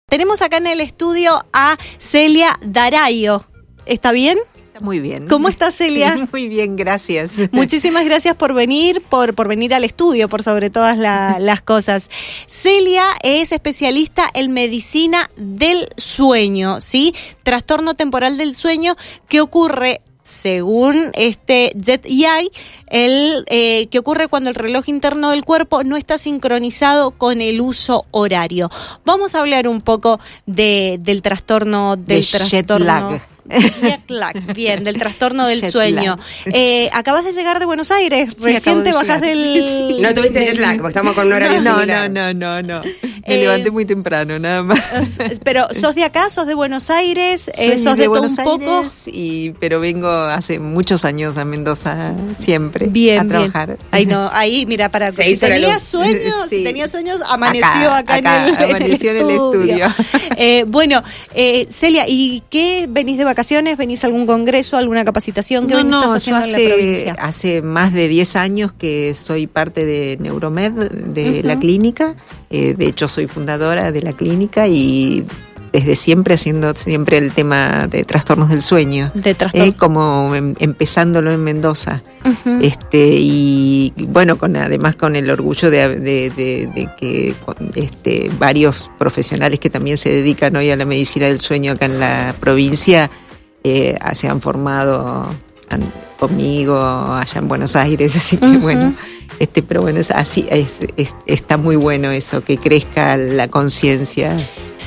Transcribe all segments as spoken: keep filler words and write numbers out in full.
Tenemos acá en el estudio a Celia D'Araio. ¿Está bien? Está muy bien. ¿Cómo está, Celia? Muy bien, gracias. Muchísimas gracias por venir, por, por venir al estudio, por sobre todas la, las cosas. Celia es especialista en medicina del sueño, ¿sí? Trastorno temporal del sueño que ocurre, según este Jet Yai, el eh, que ocurre cuando el reloj interno del cuerpo no está sincronizado con el uso horario. Vamos a hablar un poco de del trastorno del de trastorno. Jet lag. Jet lag, bien, del trastorno del Jet sueño. Eh, acabas de llegar de Buenos Aires, Sí, recién te acabo de bajás llegar. del... No tuviste del- jet lag, porque estamos con un horario No, similar. no, no, no, no. Me Eh, levanté muy temprano, nada más. Pero, ¿sos de acá? ¿Sos de Buenos Aires? Soy Eh, ¿Sos de, de todo Buenos un poco? Aires, y, pero vengo hace muchos años a Mendoza siempre Bien, a bien. trabajar. Ahí no, ahí mira, para Se si hizo la tenías luz. sueños, Sí. si tenías sueños, amaneció acá, Acá, acá, en, el, amaneció en en el estudio. Eh, bueno, eh, Celia, ¿y qué? ¿Venís de vacaciones? ¿Venís a algún congreso, alguna capacitación? ¿Qué No, ven- no, estás yo haciendo en la hace, provincia? hace más de diez años que soy parte de Neuromed, de Ujú. la clínica. Eh, de hecho, soy fundadora de la clínica y desde siempre haciendo siempre el tema de trastornos del sueño. De trastorno. Eh, como em- empezándolo en Mendoza. Ujú. Este y bueno, con además con el orgullo de, de, de- de que con, este, varios profesionales que también se dedican hoy a la medicina del sueño acá en la provincia eh, se han formado an- conmigo allá en Buenos Aires, así que Ujú. bueno, este, pero bueno, es así, es, es- está muy bueno eso, que crezca la conciencia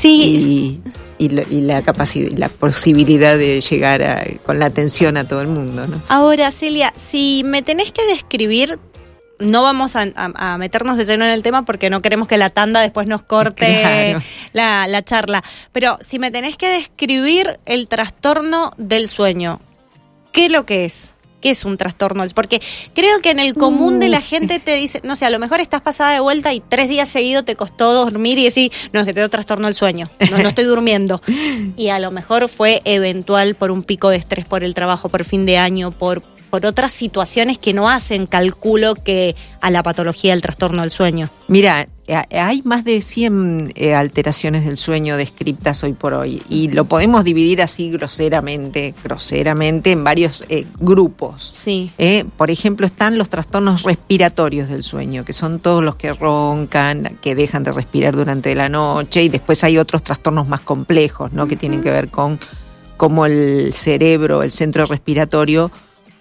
Sí, y, y, lo- y la capacidad, la posibilidad de llegar a, con la atención a todo el mundo, ¿no? ahora, Celia, si me tenés que describir, no vamos a, a- a meternos de lleno en el tema porque no queremos que la tanda después nos corte Claro. la, la charla, pero si me tenés que describir el trastorno del sueño, ¿qué es lo que es? ¿Qué es un trastorno? Porque creo que en el común de la gente te dice, no sé, a lo mejor estás pasada de vuelta y tres días seguidos te costó dormir y decís, no, es que tengo trastorno del sueño, no, no estoy durmiendo. Y a lo mejor fue eventual por un pico de estrés por el trabajo, por fin de año, por, por otras situaciones que no hacen calculo que a la patología del trastorno del sueño. Mira, eh, hay más de cien eh, alteraciones del sueño descritas hoy por hoy y lo podemos dividir así groseramente, groseramente en varios eh, grupos. Sí. Eh, por ejemplo, están los trastornos respiratorios del sueño, que son todos los que roncan, que dejan de respirar durante la noche, y después hay otros trastornos más complejos, ¿no? Que tienen que ver con cómo el cerebro, el centro respiratorio,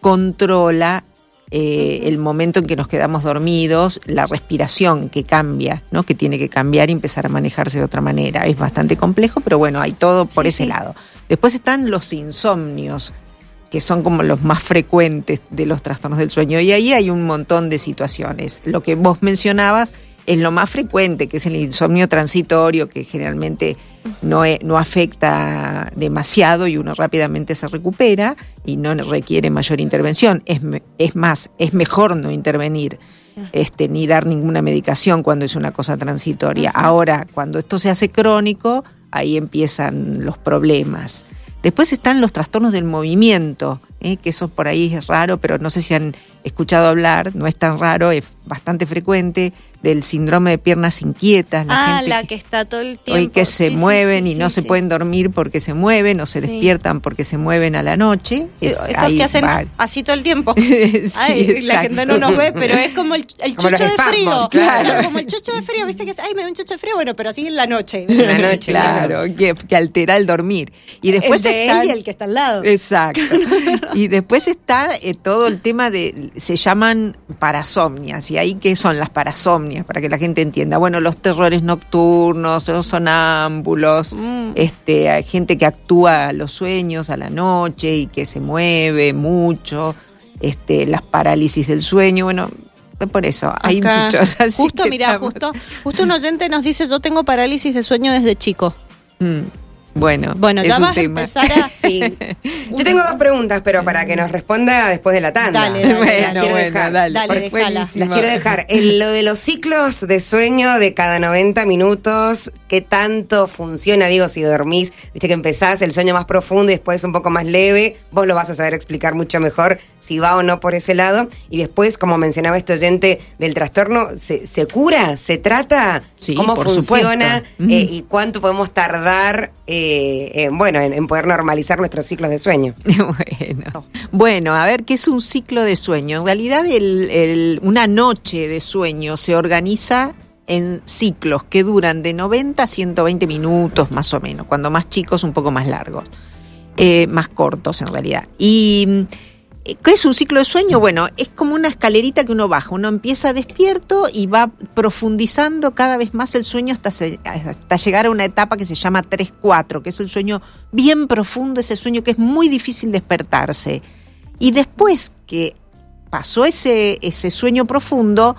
controla eh, el momento en que nos quedamos dormidos, la respiración que cambia, ¿no? Que tiene que cambiar y empezar a manejarse de otra manera. Es bastante complejo, pero bueno, hay todo por Sí, ese sí. lado. Después están los insomnios, que son como los más frecuentes de los trastornos del sueño, y ahí hay un montón de situaciones. Lo que vos mencionabas es lo más frecuente, que es el insomnio transitorio, que generalmente no, e- no afecta demasiado y uno rápidamente se recupera y no requiere mayor intervención. Es, me- es más, es mejor no intervenir este, ni dar ninguna medicación cuando es una cosa transitoria. Ahora, cuando esto se hace crónico, ahí empiezan los problemas. Después están los trastornos del movimiento, ¿eh? Que eso por ahí es raro, pero no sé si han escuchado hablar, no es tan raro, es bastante frecuente, del síndrome de piernas inquietas. La Ah, gente la que, que está todo el tiempo. hoy que se Sí, sí, mueven sí, y no sí, se sí. pueden dormir porque se mueven o se Sí. despiertan porque se mueven a la noche. Es- Esos ahí que hacen va. así todo el tiempo. Sí, Ay, la exacto. gente no nos ve, pero es como el, el Como chucho los de frío. espasmos, claro. Como el chucho de frío, viste que es, ay, me da un chucho de frío, bueno, pero así en la noche. En la noche, Claro, que, que altera el dormir. Y después el de están- él y el que está al lado. Exacto. Y después está eh, todo el tema de, se llaman parasomnias, y ahí qué son las parasomnias, para que la gente entienda. Bueno, los terrores nocturnos, los sonámbulos, Mm. este, hay gente que actúa a los sueños a la noche y que se mueve mucho, este, las parálisis del sueño, bueno, por eso hay Acá, muchos. Así justo, que mirá, estamos- justo, justo un oyente nos dice, yo tengo parálisis de sueño desde chico. Mm. Bueno, bueno, es ya un vas tema. a empezar a... Sí. Yo tengo dos preguntas, pero para que nos responda después de la tanda. Dale, dale, Las bueno, quiero bueno, dejar. dale. Dale, Porque dejala. buenísimo. Las quiero dejar. En lo de los ciclos de sueño de cada noventa minutos, ¿qué tanto funciona? Digo, si dormís, viste que empezás el sueño más profundo y después un poco más leve, vos lo vas a saber explicar mucho mejor si va o no por ese lado. Y después, como mencionaba este oyente del trastorno, ¿se, se cura? ¿Se trata? Sí, ¿Cómo por funciona? supuesto. Mm. Eh, ¿Y cuánto podemos tardar eh, en, bueno, en, en poder normalizar nuestros ciclos de sueño? Bueno. bueno, a ver, ¿qué es un ciclo de sueño? En realidad, el, el, una noche de sueño se organiza en ciclos que duran de noventa a ciento veinte minutos, más o menos. Cuando más chicos, un poco más largos. Eh, más cortos, en realidad. Y... ¿qué es un ciclo de sueño? Bueno, es como una escalerita que uno baja. Uno empieza despierto y va profundizando cada vez más el sueño hasta, se, hasta llegar a una etapa que se llama tres cuatro, que es el sueño bien profundo, ese sueño que es muy difícil despertarse. Y después que pasó ese, ese sueño profundo,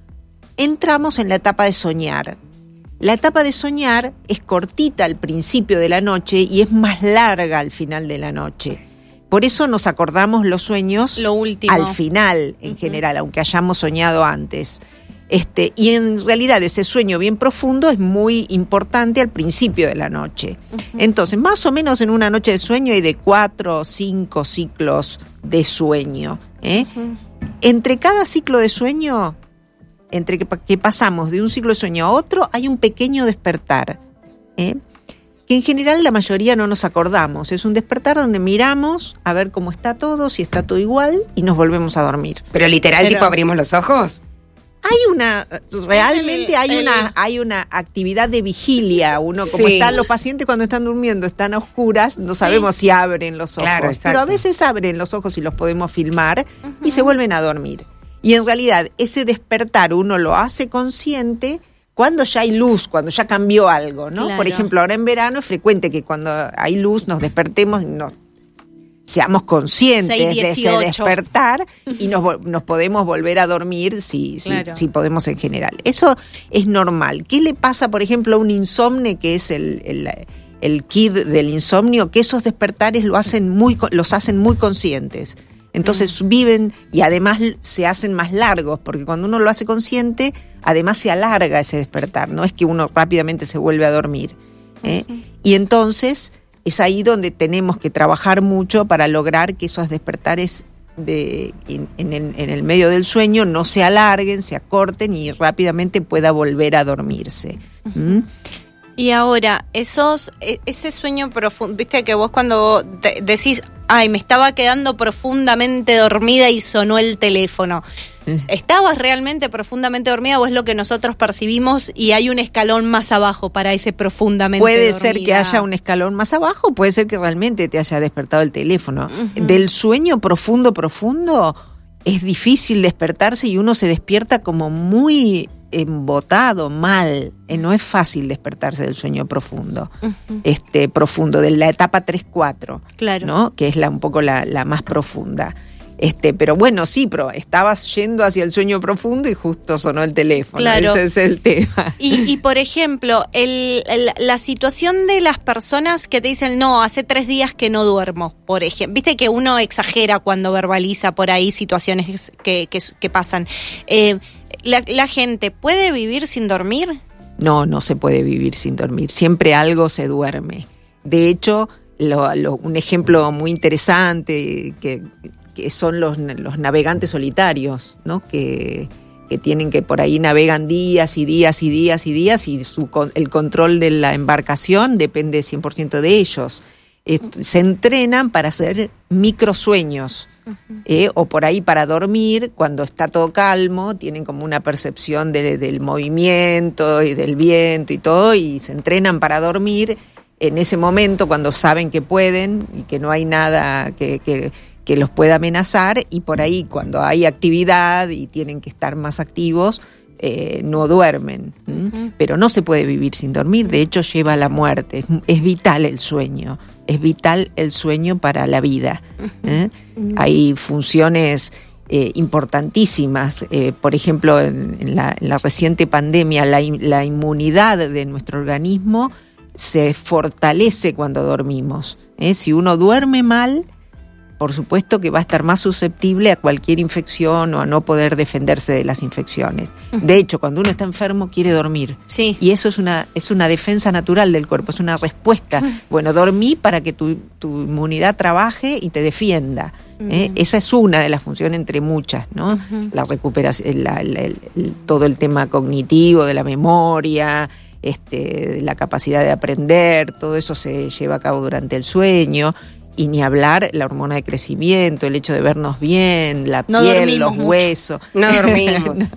entramos en la etapa de soñar. La etapa de soñar es cortita al principio de la noche y es más larga al final de la noche. Por eso nos acordamos los sueños Lo último. al final, en uh-huh. general, aunque hayamos soñado antes. Este, y en realidad ese sueño bien profundo es muy importante al principio de la noche. Uh-huh. Entonces, más o menos en una noche de sueño hay de cuatro o cinco ciclos de sueño. ¿eh? Uh-huh. Entre cada ciclo de sueño, entre que, que pasamos de un ciclo de sueño a otro, hay un pequeño despertar. ¿eh? Que en general la mayoría no nos acordamos. Es un despertar donde miramos a ver cómo está todo, si está todo igual, y nos volvemos a dormir. Pero literal, Pero, tipo, abrimos los ojos. Hay una, realmente el, hay el, una hay una actividad de vigilia. Uno, como sí. están los pacientes cuando están durmiendo, están a oscuras, no sabemos sí. si abren los ojos. Claro, pero a veces abren los ojos y los podemos filmar uh-huh. y se vuelven a dormir. Y en realidad ese despertar uno lo hace consciente cuando ya hay luz, cuando ya cambió algo, ¿no? Claro. Por ejemplo, ahora en verano es frecuente que cuando hay luz nos despertemos y nos seamos conscientes de ese despertar y nos, nos podemos volver a dormir si, claro. si, si podemos en general. Eso es normal. ¿Qué le pasa, por ejemplo, a un insomne, que es el, el, el kit del insomnio? Que esos despertares lo hacen muy, los hacen muy conscientes. Entonces mm. viven y además se hacen más largos, porque cuando uno lo hace consciente, además se alarga ese despertar, no es que uno rápidamente se vuelve a dormir. ¿eh? Uh-huh. Y entonces es ahí donde tenemos que trabajar mucho para lograr que esos despertares de, en, en, el, en el medio del sueño no se alarguen, se acorten y rápidamente pueda volver a dormirse. Uh-huh. ¿Mm? Y ahora, esos, ese sueño profundo, viste que vos cuando te decís, ay, me estaba quedando profundamente dormida y sonó el teléfono. ¿Estabas realmente profundamente dormida o es lo que nosotros percibimos y hay un escalón más abajo para ese profundamente puede dormida? Puede ser que haya un escalón más abajo, puede ser que realmente te haya despertado el teléfono. Uh-huh. Del sueño profundo, profundo, es difícil despertarse y uno se despierta como muy embotado, mal. Eh, no es fácil despertarse del sueño profundo. Uh-huh. Este, profundo, de la etapa tres cuatro, claro. ¿no? Que es la, un poco la, la más profunda. Este, pero bueno, sí, pero estabas yendo hacia el sueño profundo y justo sonó el teléfono. Claro. Ese es el tema. Y, y por ejemplo, el, el, la situación de las personas que te dicen, no, hace tres días que no duermo, por ejemplo. Viste que uno exagera cuando verbaliza por ahí situaciones que, que, que pasan. Eh, la, ¿La gente puede vivir sin dormir? No, no se puede vivir sin dormir. Siempre algo se duerme. De hecho, lo, lo, un ejemplo muy interesante que... que son los, los navegantes solitarios, ¿no? Que, que tienen que por ahí navegan días y días y días y días y su, el control de la embarcación depende cien por ciento de ellos. Eh, se entrenan para hacer microsueños, uh-huh. eh, o por ahí para dormir, cuando está todo calmo, tienen como una percepción de, del movimiento y del viento y todo, y se entrenan para dormir en ese momento cuando saben que pueden y que no hay nada que... que que los pueda amenazar, y por ahí cuando hay actividad y tienen que estar más activos, eh, no duermen. Uh-huh. Pero no se puede vivir sin dormir, de hecho lleva a la muerte, es, es vital el sueño, es vital el sueño para la vida. ¿eh? Uh-huh. Hay funciones eh, importantísimas, eh, por ejemplo, en, en, la, en la reciente pandemia, la, la inmunidad de nuestro organismo se fortalece cuando dormimos. ¿eh? Si uno duerme mal, por supuesto que va a estar más susceptible a cualquier infección o a no poder defenderse de las infecciones. De hecho, cuando uno está enfermo quiere dormir. Sí. Y eso es una, es una defensa natural del cuerpo, es una respuesta. Bueno, dormí para que tu, tu inmunidad trabaje y te defienda. ¿eh? Uh-huh. Esa es una de las funciones entre muchas, ¿no? Uh-huh. La recuperación, la, la, el, el, todo el tema cognitivo, de la memoria, este, la capacidad de aprender, todo eso se lleva a cabo durante el sueño. Y ni hablar la hormona de crecimiento, el hecho de vernos bien, la no piel, los mucho. huesos. No dormimos. no,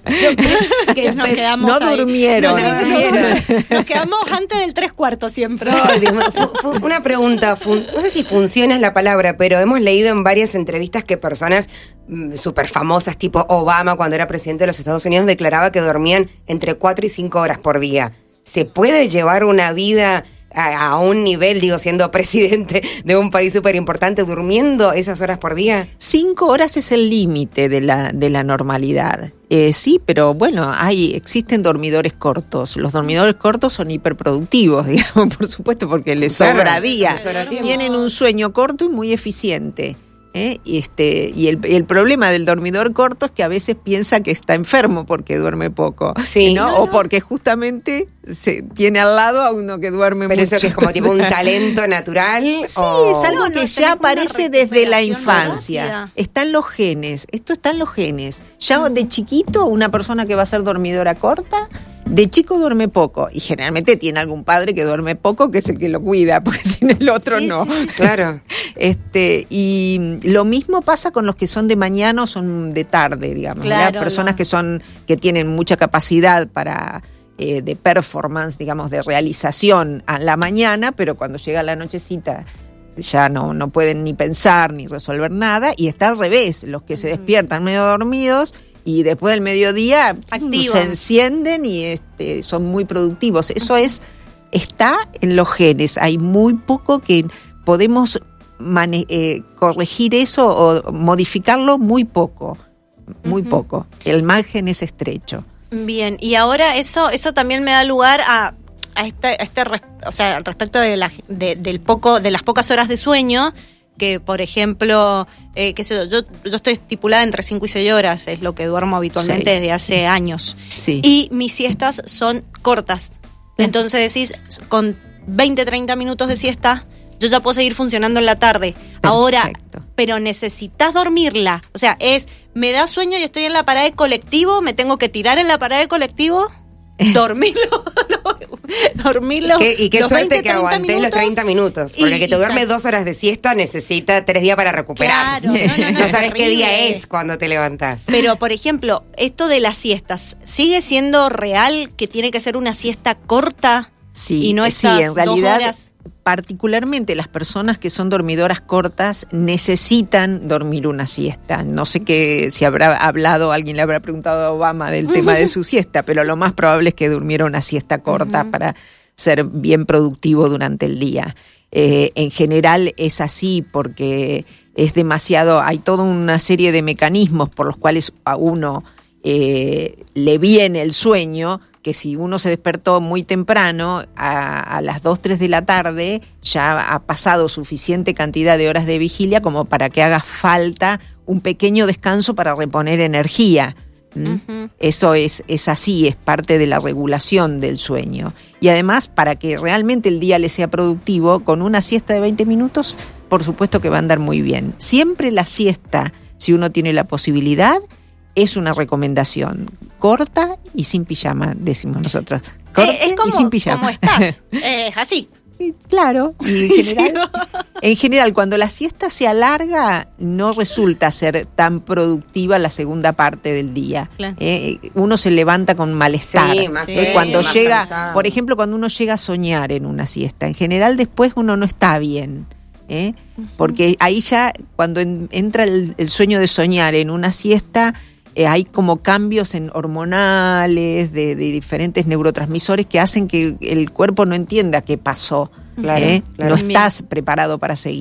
que nos quedamos no ahí. durmieron. No, no durmieron. Nos quedamos antes del tres cuartos siempre. No, Dios mío. Fu, fu, una pregunta, fun, no sé si funciona es la palabra, pero hemos leído en varias entrevistas que personas mm, súper famosas, tipo Obama, cuando era presidente de los Estados Unidos, declaraba que dormían entre cuatro y cinco horas por día. ¿Se puede llevar una vida a, a un nivel, digo, siendo presidente de un país súper importante, durmiendo esas horas por día? Cinco horas es el límite de la, de la normalidad. Eh, sí, pero bueno, hay existen dormidores cortos. Los dormidores cortos son hiperproductivos, digamos, por supuesto, porque les Claro, sobra día. les sobra tiempo. Tienen un sueño corto y muy eficiente. ¿eh? Y, este, y el, el problema del dormidor corto es que a veces piensa que está enfermo porque duerme poco. Sí. ¿no? No, O no. porque justamente se tiene al lado a uno que duerme Pero mucho. eso que es como tipo un talento natural. Sí, o... es algo No, no, que tenés ya como una aparece desde la recuperación infancia. rápida. Está en los genes. Esto está en los genes. Ya de chiquito, una persona que va a ser dormidora corta, de chico duerme poco. Y generalmente tiene algún padre que duerme poco, que es el que lo cuida, porque sin el otro Sí, no. sí, sí, sí. Claro. Este, y lo mismo pasa con los que son de mañana o son de tarde, digamos. Claro, Las personas no. que son, que tienen mucha capacidad para eh, de performance, digamos, de realización a la mañana, pero cuando llega la nochecita ya no, no pueden ni pensar ni resolver nada, y está al revés, los que se despiertan medio dormidos y después del mediodía Activan. se encienden y este, son muy productivos. Eso es, está en los genes. Hay muy poco que podemos mane- eh, corregir eso o modificarlo, muy poco, muy Ujú. poco. El margen es estrecho. Bien, y ahora eso eso también me da lugar a a este, a este res- o sea, al respecto de, la, de, del poco de las pocas horas de sueño, que por ejemplo, eh, qué sé yo, yo, yo estoy estipulada entre cinco y seis horas, es lo que duermo habitualmente Seis, desde hace años. Sí. Y mis siestas son cortas. Entonces decís, con veinte, treinta minutos de siesta, yo ya puedo seguir funcionando en la tarde. Ahora, Perfecto. pero necesitas dormirla. O sea, es, me da sueño y estoy en la parada de colectivo, me tengo que tirar en la parada de colectivo, dormirlo, dormirlo. ¿Qué- y qué los suerte veinte, que treinta aguantés los minutos. treinta minutos. Y- Porque el que te y duerme sal- dos horas de siesta necesita tres días para recuperarse. Claro, no, no, no, es sabes qué día terrible. es cuando te levantás. Pero, por ejemplo, esto de las siestas, ¿sigue siendo real que tiene que ser una siesta corta? Sí, y no sí, estas en realidad, dos horas. particularmente las personas que son dormidoras cortas necesitan dormir una siesta. No sé qué, si habrá hablado, alguien le habrá preguntado a Obama del tema de su siesta, pero lo más probable es que durmiera una siesta corta Ujú. para ser bien productivo durante el día. Eh, en general es así porque es demasiado, hay toda una serie de mecanismos por los cuales a uno eh, le viene el sueño, que si uno se despertó muy temprano, a, a las dos, tres de la tarde, ya ha pasado suficiente cantidad de horas de vigilia como para que haga falta un pequeño descanso para reponer energía. ¿Mm? Ujú. Eso es, es así, es parte de la regulación del sueño. Y además, para que realmente el día le sea productivo, con una siesta de veinte minutos, por supuesto que va a andar muy bien. Siempre la siesta, si uno tiene la posibilidad, es una recomendación corta y sin pijama, decimos nosotros. Corta Eh, es como, y sin pijama. como estás, es así. Y claro, y en general, en general, cuando la siesta se alarga, no resulta ser tan productiva la segunda parte del día. Claro. Eh, uno se levanta con malestar. Sí, más Eh, sueño, cuando más llega, cansado. por ejemplo, cuando uno llega a soñar en una siesta, en general después uno no está bien. ¿eh? Porque ahí ya, cuando en- entra el, el sueño de soñar en una siesta, eh, hay como cambios en hormonales, de, de diferentes neurotransmisores que hacen que el cuerpo no entienda qué pasó. Claro, ¿eh? claro. No estás preparado para seguir.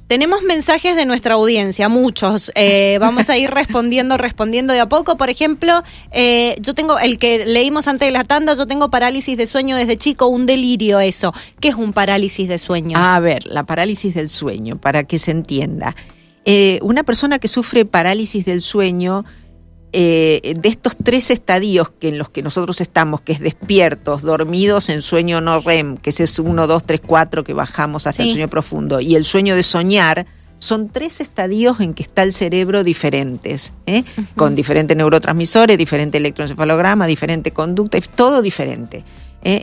Tenemos mensajes de nuestra audiencia, muchos. Eh, vamos a ir respondiendo, respondiendo de a poco. Por ejemplo, eh, yo tengo, el que leímos antes de la tanda, yo tengo parálisis de sueño desde chico, un delirio eso. ¿Qué es un parálisis de sueño? A ver, la parálisis del sueño, para que se entienda. Eh, una persona que sufre parálisis del sueño, eh, de estos tres estadios que en los que nosotros estamos, que es despiertos, dormidos en sueño no R E M, que ese es uno, dos, tres, cuatro, que bajamos hasta sí. el sueño profundo, y el sueño de soñar, son tres estadios en que está el cerebro diferentes, ¿eh? Uh-huh. Con diferentes neurotransmisores, diferente electroencefalograma, diferente conducta, es todo diferente. ¿eh?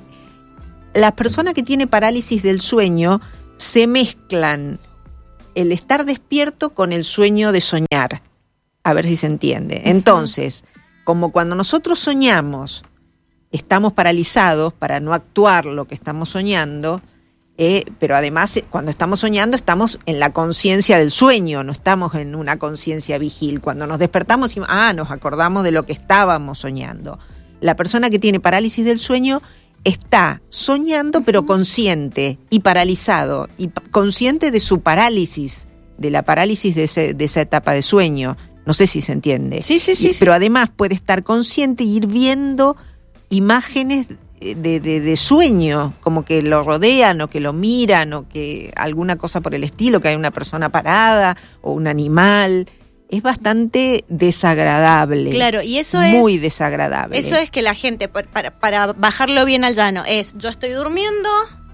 Las personas que tienen parálisis del sueño se mezclan el estar despierto con el sueño de soñar. A ver si se entiende. Entonces, como cuando nosotros soñamos, estamos paralizados para no actuar lo que estamos soñando, eh, pero además cuando estamos soñando estamos en la conciencia del sueño, no estamos en una conciencia vigil. Cuando nos despertamos, ah, nos acordamos de lo que estábamos soñando. La persona que tiene parálisis del sueño está soñando pero consciente y paralizado, y p- consciente de su parálisis, de la parálisis de, ese, de esa etapa de sueño. No sé si se entiende. Sí, sí, sí. Y, sí. Pero además puede estar consciente y ir viendo imágenes de, de, de sueño, como que lo rodean o que lo miran o que alguna cosa por el estilo, que hay una persona parada o un animal. Es bastante desagradable. Claro, y eso muy es... Muy desagradable. Eso es que la gente, para, para bajarlo bien al llano, es yo estoy durmiendo...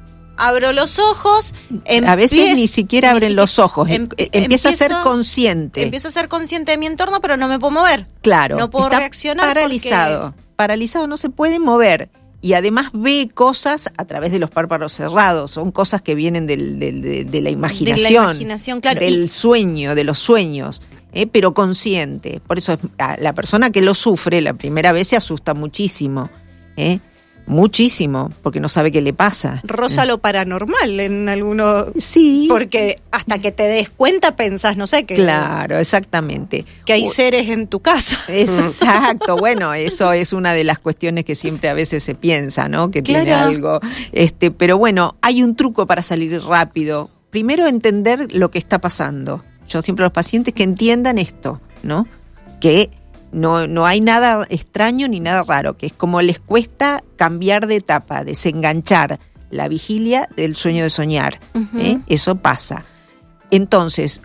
Abro los ojos. A veces ni siquiera abren siquiera, los ojos. Em, empieza empiezo, a ser consciente. Empiezo a ser consciente de mi entorno, pero no me puedo mover. Claro. No puedo está reaccionar. Paralizado. Porque... Paralizado, no se puede mover. Y además ve cosas a través de los párpados cerrados. Son cosas que vienen del, del, de, de la imaginación. De la imaginación, claro. Del y... sueño, de los sueños. Eh, pero consciente. Por eso es, la persona que lo sufre la primera vez se asusta muchísimo. ¿eh? Muchísimo, porque no sabe qué le pasa. Rosa lo paranormal en algunos... Sí. Porque hasta que te des cuenta pensás, no sé, qué. Claro, exactamente. Que hay seres en tu casa. Exacto, bueno, eso es una de las cuestiones que siempre a veces se piensa, ¿no? Que claro. tiene algo. Este, pero bueno, hay un truco para salir rápido. Primero, entender lo que está pasando. Yo siempre a los pacientes que entiendan esto, ¿no? Que... No, no hay nada extraño ni nada raro, que es como les cuesta cambiar de etapa, desenganchar la vigilia del sueño de soñar. Uh-huh. ¿eh? Eso pasa. Entonces,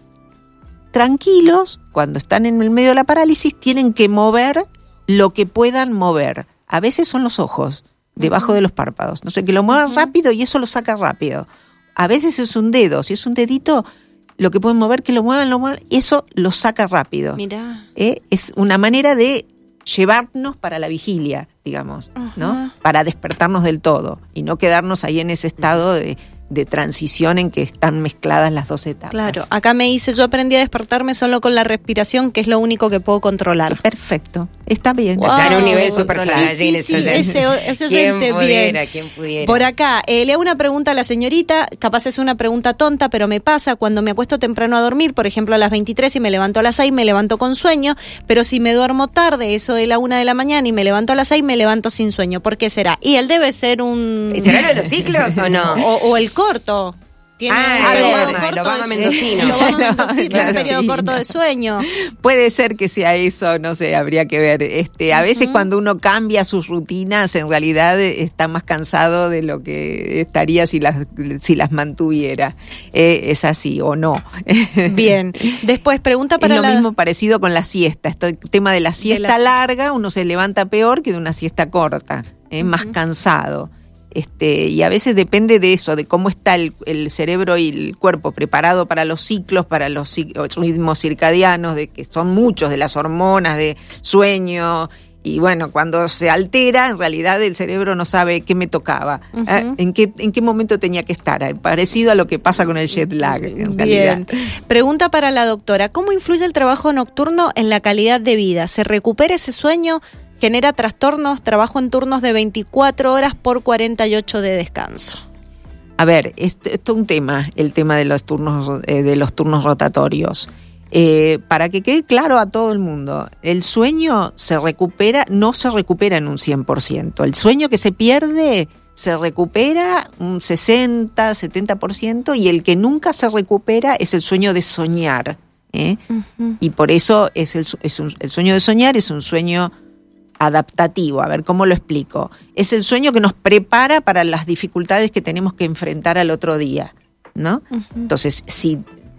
tranquilos, cuando están en el medio de la parálisis, tienen que mover lo que puedan mover. A veces son los ojos, debajo uh-huh. de los párpados. No sé, que lo muevan uh-huh. rápido y eso lo saca rápido. A veces es un dedo, si es un dedito... Lo que pueden mover, que lo muevan, lo muevan, eso lo saca rápido. Mirá. ¿Eh? Es una manera de llevarnos para la vigilia, digamos, uh-huh. ¿no? Para despertarnos del todo y no quedarnos ahí en ese estado de, de transición en que están mezcladas las dos etapas. Claro, acá me dice, yo aprendí a despertarme solo con la respiración, que es lo único que puedo controlar. Perfecto, está bien. Wow. Está en un nivel super sí, sí, sí, ese, ese ¿Quién pudiera, bien. ¿Quién pudiera? Por acá, eh, le hago una pregunta a la señorita, capaz es una pregunta tonta, pero me pasa cuando me acuesto temprano a dormir, por ejemplo a las veintitrés y me levanto a las seis, me levanto con sueño, pero si me duermo tarde, eso de la una de la mañana y me levanto a las seis, me levanto sin sueño. ¿Por qué será? Y él debe ser un... ¿Será lo de los ciclos o no? O, o el corto. Tiene ah, un el periodo Obama, corto el Obama de mendocino. El Obama mendocino, Claro, un periodo sí, corto no. de sueño. Puede ser que sea eso, no sé, habría que ver. Este, a uh-huh. veces cuando uno cambia sus rutinas, en realidad está más cansado de lo que estaría si las, si las mantuviera. Eh, es así o no. Bien. Después, pregunta para es lo la... mismo parecido con la siesta. Esto, el tema de la siesta de la... larga, uno se levanta peor que de una siesta corta, eh, uh-huh. más cansado. Este, y a veces depende de eso, de cómo está el, el cerebro y el cuerpo preparado para los ciclos, para los ritmos circadianos, de que son muchos, de las hormonas, de sueño. Y bueno, cuando se altera, en realidad el cerebro no sabe qué me tocaba, uh-huh. ¿eh? en qué en qué momento tenía que estar. Parecido a lo que pasa con el jet lag, en realidad. Bien. Pregunta para la doctora, ¿cómo influye el trabajo nocturno en la calidad de vida? ¿Se recupera ese sueño? ¿Genera trastornos? Trabajo en turnos de veinticuatro horas por cuarenta y ocho de descanso. A ver, esto es un tema, el tema de los turnos, eh, de los turnos rotatorios. Eh, para que quede claro a todo el mundo, el sueño se recupera, no se recupera en un cien por ciento. El sueño que se pierde se recupera un sesenta, setenta por ciento y el que nunca se recupera es el sueño de soñar. ¿eh? Uh-huh. Y por eso es el, es un, el sueño de soñar es un sueño adaptativo. A ver, ¿cómo lo explico? Es el sueño que nos prepara para las dificultades que tenemos que enfrentar al otro día, ¿no? Uh-huh. Entonces, si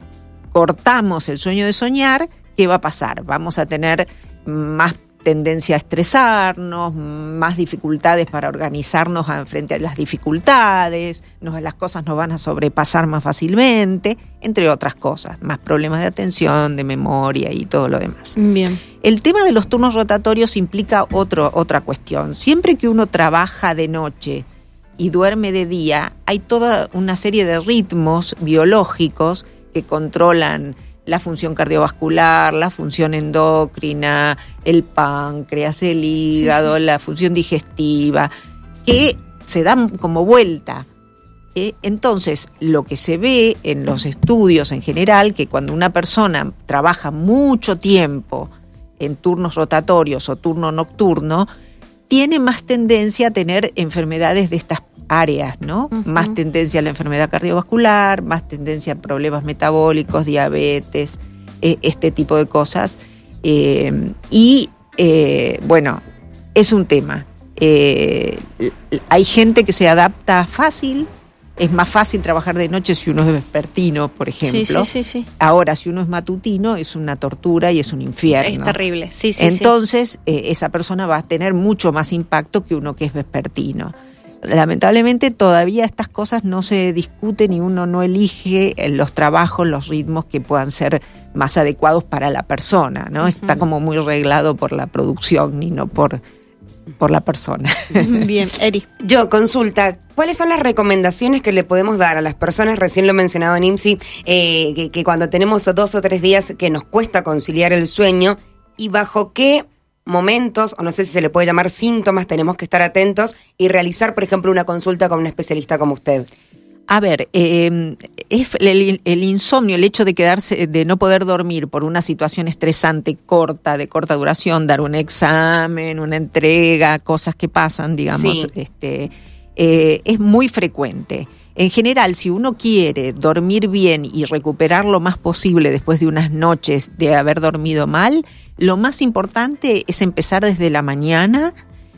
cortamos el sueño de soñar, ¿qué va a pasar? Vamos a tener más tendencia a estresarnos, más dificultades para organizarnos frente a las dificultades, nos, las cosas nos van a sobrepasar más fácilmente, entre otras cosas, más problemas de atención, de memoria y todo lo demás. Bien. El tema de los turnos rotatorios implica otro, otra cuestión. Siempre que uno trabaja de noche y duerme de día, hay toda una serie de ritmos biológicos que controlan la función cardiovascular, la función endocrina, el páncreas, el hígado, sí, sí. la función digestiva, que se dan como vuelta. ¿eh? Entonces, lo que se ve en los estudios en general, que cuando una persona trabaja mucho tiempo en turnos rotatorios o turno nocturno, tiene más tendencia a tener enfermedades de estas áreas, ¿no? Uh-huh. Más tendencia a la enfermedad cardiovascular, más tendencia a problemas metabólicos, diabetes, eh, este tipo de cosas. Eh, y, eh, bueno, es un tema. Eh, hay gente que se adapta fácil, es más fácil trabajar de noche si uno es vespertino, por ejemplo. Sí, sí, sí, sí. Ahora, si uno es matutino, es una tortura y es un infierno. Es terrible, sí, sí. Entonces, sí. Eh, esa persona va a tener mucho más impacto que uno que es vespertino. Lamentablemente todavía estas cosas no se discuten y uno no elige los trabajos, los ritmos que puedan ser más adecuados para la persona, ¿no? Uh-huh. Está como muy reglado por la producción y no por, por la persona. Bien, Eri. Yo, consulta, ¿cuáles son las recomendaciones que le podemos dar a las personas, recién lo mencionaba en IMSI, eh, que, que cuando tenemos dos o tres días que nos cuesta conciliar el sueño y bajo qué momentos, o no sé si se le puede llamar síntomas, tenemos que estar atentos y realizar, por ejemplo, una consulta con un especialista como usted? A ver, eh, es el, el insomnio, el hecho de quedarse, de no poder dormir por una situación estresante corta, de corta duración, dar un examen, una entrega, cosas que pasan, digamos, sí. este, eh, es muy frecuente. En general, si uno quiere dormir bien y recuperar lo más posible después de unas noches de haber dormido mal, lo más importante es empezar desde la mañana,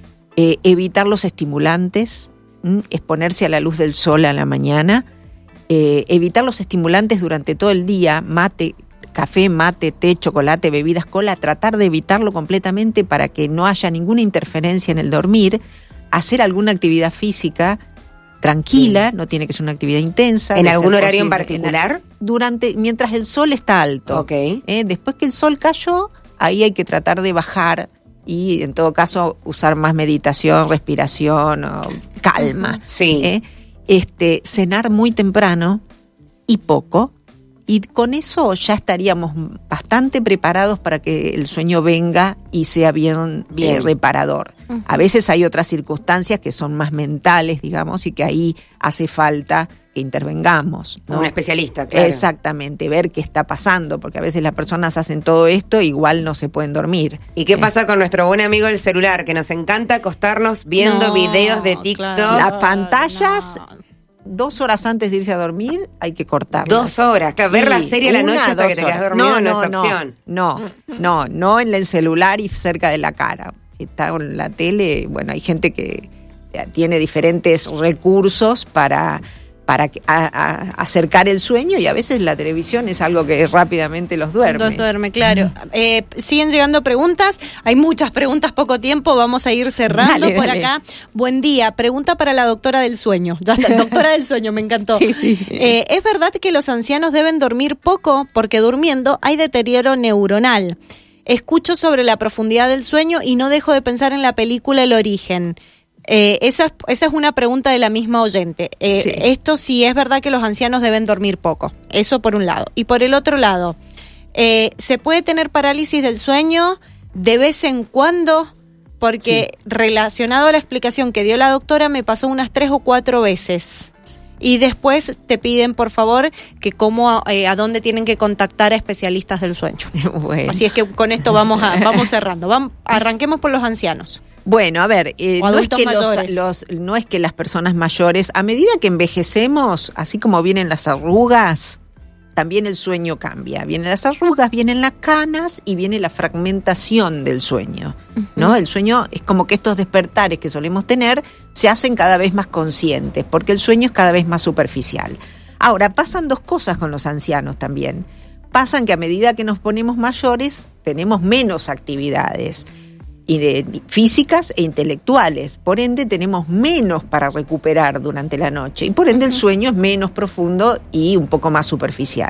eh, evitar los estimulantes, ¿m? exponerse a la luz del sol a la mañana, eh, evitar los estimulantes durante todo el día, mate, café, mate, té, chocolate, bebidas cola, tratar de evitarlo completamente para que no haya ninguna interferencia en el dormir, hacer alguna actividad física tranquila, sí. no tiene que ser una actividad intensa. ¿En algún horario en particular? En, durante, mientras el sol está alto. Okay. ¿eh? Después que el sol cayó, ahí hay que tratar de bajar y en todo caso usar más meditación, respiración, o calma. Sí. ¿eh? Este, cenar muy temprano y poco. Y con eso ya estaríamos bastante preparados para que el sueño venga y sea bien, bien. Eh, reparador. Uh-huh. A veces hay otras circunstancias que son más mentales, digamos, y que ahí hace falta que intervengamos, ¿no? Un especialista, claro. Exactamente, ver qué está pasando, porque a veces las personas hacen todo esto e igual no se pueden dormir. ¿Y qué eh. pasa con nuestro buen amigo el celular? Que nos encanta acostarnos viendo no, videos de TikTok. Claro. Las pantallas... No. Dos horas antes de irse a dormir hay que cortarlas. Dos horas, claro, ver la serie a la noche hasta que te quedas dormido no, no, no es no, opción. No, no, no en el celular y cerca de la cara. Si está en la tele, bueno, hay gente que tiene diferentes recursos para, para a, a acercar el sueño y a veces la televisión es algo que rápidamente los duerme. Los duerme, claro. Eh, siguen llegando preguntas, hay muchas preguntas, poco tiempo, vamos a ir cerrando dale, por dale. Acá. Buen día, pregunta para la doctora del sueño. Ya está, doctora del sueño, me encantó. Sí, sí. Eh, ¿Es verdad que los ancianos deben dormir poco porque durmiendo hay deterioro neuronal? Escucho sobre la profundidad del sueño y no dejo de pensar en la película El Origen. Eh, esa, es, esa es una pregunta de la misma oyente. Eh, sí. Esto sí es verdad que los ancianos deben dormir poco. Eso por un lado. Y por el otro lado, eh, ¿se puede tener parálisis del sueño de vez en cuando? Porque sí. relacionado a la explicación que dio la doctora, me pasó unas tres o cuatro veces. Y después te piden, por favor, que cómo, eh, a dónde tienen que contactar a especialistas del sueño. Bueno. Así es que con esto vamos a, vamos cerrando. Vamos, arranquemos por los ancianos. Bueno, a ver, eh, O no es adultos que los, mayores. los, no es que las personas mayores, a medida que envejecemos, así como vienen las arrugas, también el sueño cambia. Vienen las arrugas, vienen las canas y viene la fragmentación del sueño, ¿no? El sueño es como que estos despertares que solemos tener se hacen cada vez más conscientes, porque el sueño es cada vez más superficial. Ahora, pasan dos cosas con los ancianos también. Pasan que a medida que nos ponemos mayores, tenemos menos actividades y de, físicas e intelectuales. Por ende, tenemos menos para recuperar durante la noche. Y por ende, uh-huh. el sueño es menos profundo y un poco más superficial.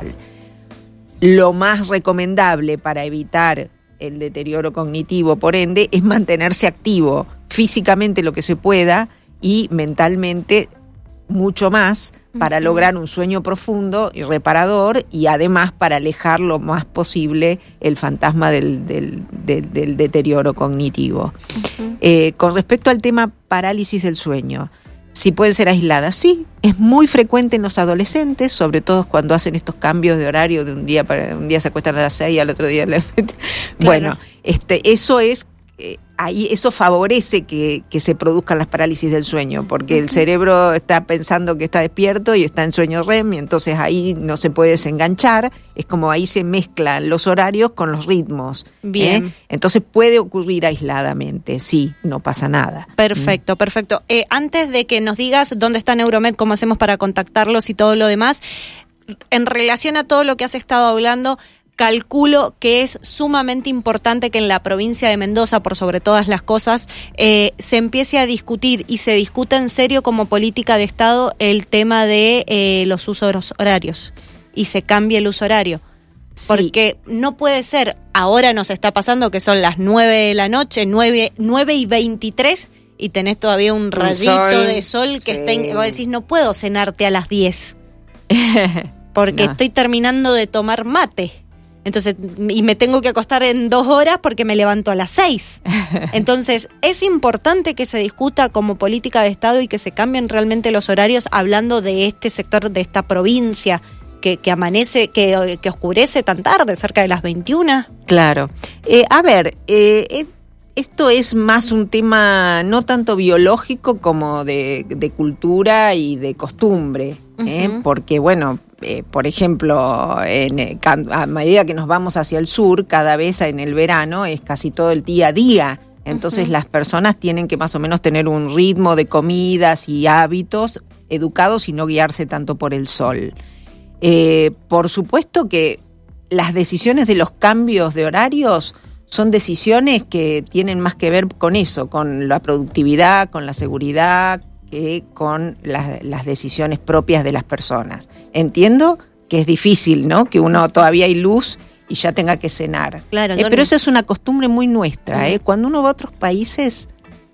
Lo más recomendable para evitar el deterioro cognitivo, por ende, es mantenerse activo físicamente lo que se pueda y mentalmente mucho más para uh-huh. lograr un sueño profundo y reparador y además para alejar lo más posible el fantasma del, del, del, del deterioro cognitivo. Uh-huh. Eh, con respecto al tema parálisis del sueño, si pueden ser aisladas, sí, es muy frecuente en los adolescentes, sobre todo cuando hacen estos cambios de horario de un día para un día se acuestan a las seis y al otro día a las... Claro. Bueno, este, eso es Eh, ahí eso favorece que, que se produzcan las parálisis del sueño, porque uh-huh. el cerebro está pensando que está despierto y está en sueño R E M, y entonces ahí no se puede desenganchar, es como ahí se mezclan los horarios con los ritmos. Bien. ¿eh? Entonces puede ocurrir aisladamente, sí, no pasa nada. Perfecto, ¿Mm? perfecto. Eh, antes de que nos digas dónde está Neuromed, cómo hacemos para contactarlos y todo lo demás, en relación a todo lo que has estado hablando, calculo que es sumamente importante que en la provincia de Mendoza, por sobre todas las cosas, eh, se empiece a discutir y se discuta en serio como política de Estado el tema de eh, los usos horarios y se cambie el uso horario. Sí. Porque no puede ser, ahora nos está pasando que son las nueve de la noche, nueve, nueve y veintitrés, y tenés todavía un, un rayito sol, de sol que sí. está en, vos decís, no puedo cenarte a las diez, porque no. estoy terminando de tomar mate. Entonces, y me tengo que acostar en dos horas porque me levanto a las seis. Entonces, es importante que se discuta como política de Estado y que se cambien realmente los horarios, hablando de este sector, de esta provincia, que, que amanece, que, que oscurece tan tarde, cerca de las veintiuna. Claro. Eh, a ver, eh, esto es más un tema no tanto biológico como de, de cultura y de costumbre, ¿eh? Uh-huh. Porque, bueno... Eh, por ejemplo, en, a medida que nos vamos hacia el sur, cada vez en el verano es casi todo el día a día. Entonces uh-huh. las personas tienen que más o menos tener un ritmo de comidas y hábitos educados y no guiarse tanto por el sol. Eh, por supuesto que las decisiones de los cambios de horarios son decisiones que tienen más que ver con eso, con la productividad, con la seguridad, que con las, las decisiones propias de las personas. Entiendo que es difícil, ¿no? Que uno todavía hay luz y ya tenga que cenar. Claro, eh, pero eso es una costumbre muy nuestra, ¿eh? Cuando uno va a otros países,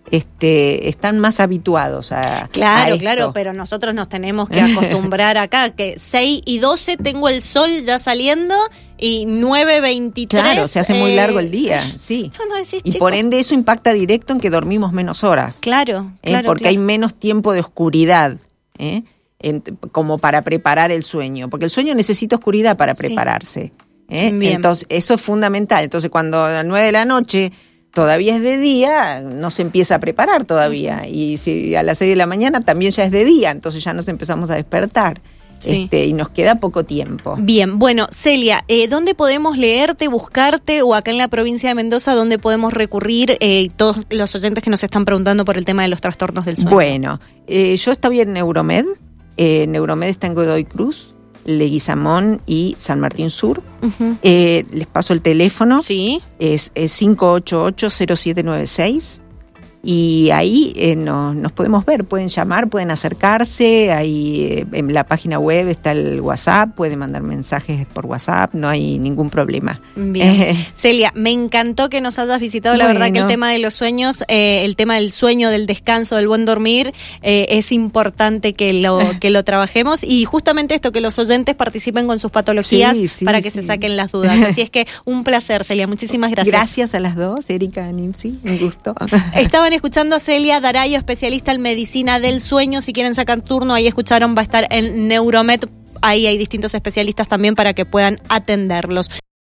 este, están más habituados a Claro, a esto. claro, pero nosotros nos tenemos que acostumbrar acá, que seis y doce tengo el sol ya saliendo y nueve veintitrés... Claro, se hace muy eh, largo el día, sí. No decís, y chico. por ende eso impacta directo en que dormimos menos horas. Claro, ¿eh? claro. Porque claro. hay menos tiempo de oscuridad, ¿eh? En, como para preparar el sueño. Porque el sueño necesita oscuridad para prepararse. ¿eh? Entonces, eso es fundamental. Entonces, cuando a las nueve de la noche todavía es de día, no se empieza a preparar todavía. Uh-huh. Y si a las seis de la mañana también ya es de día, entonces ya nos empezamos a despertar. Sí. Este, y nos queda poco tiempo. Bien, bueno, Celia, eh, ¿dónde podemos leerte, buscarte, o acá en la provincia de Mendoza, dónde podemos recurrir eh, todos los oyentes que nos están preguntando por el tema de los trastornos del sueño? Bueno, eh, yo estoy en Neuromed, eh, Neuromed está en Godoy Cruz, Leguizamón y San Martín Sur. Uh-huh. eh, les paso el teléfono, sí. es, es cinco ocho ocho cero siete nueve seis. Y ahí eh, no, nos podemos ver, pueden llamar, pueden acercarse, ahí eh, en la página web está el WhatsApp, pueden mandar mensajes por WhatsApp, no hay ningún problema. Bien. Eh, Celia, me encantó que nos hayas visitado, la bueno. verdad que el tema de los sueños, eh, el tema del sueño, del descanso, del buen dormir, eh, es importante que lo, que lo trabajemos, y justamente esto, que los oyentes participen con sus patologías sí, sí, para que sí. se saquen las dudas. Así es que un placer, Celia, muchísimas gracias. Gracias a las dos, Erika, Nimsi, un gusto. Estaban escuchando a Celia Darayo, especialista en medicina del sueño. Si quieren sacar turno, ahí escucharon, va a estar en Neuromed. Ahí hay distintos especialistas también para que puedan atenderlos.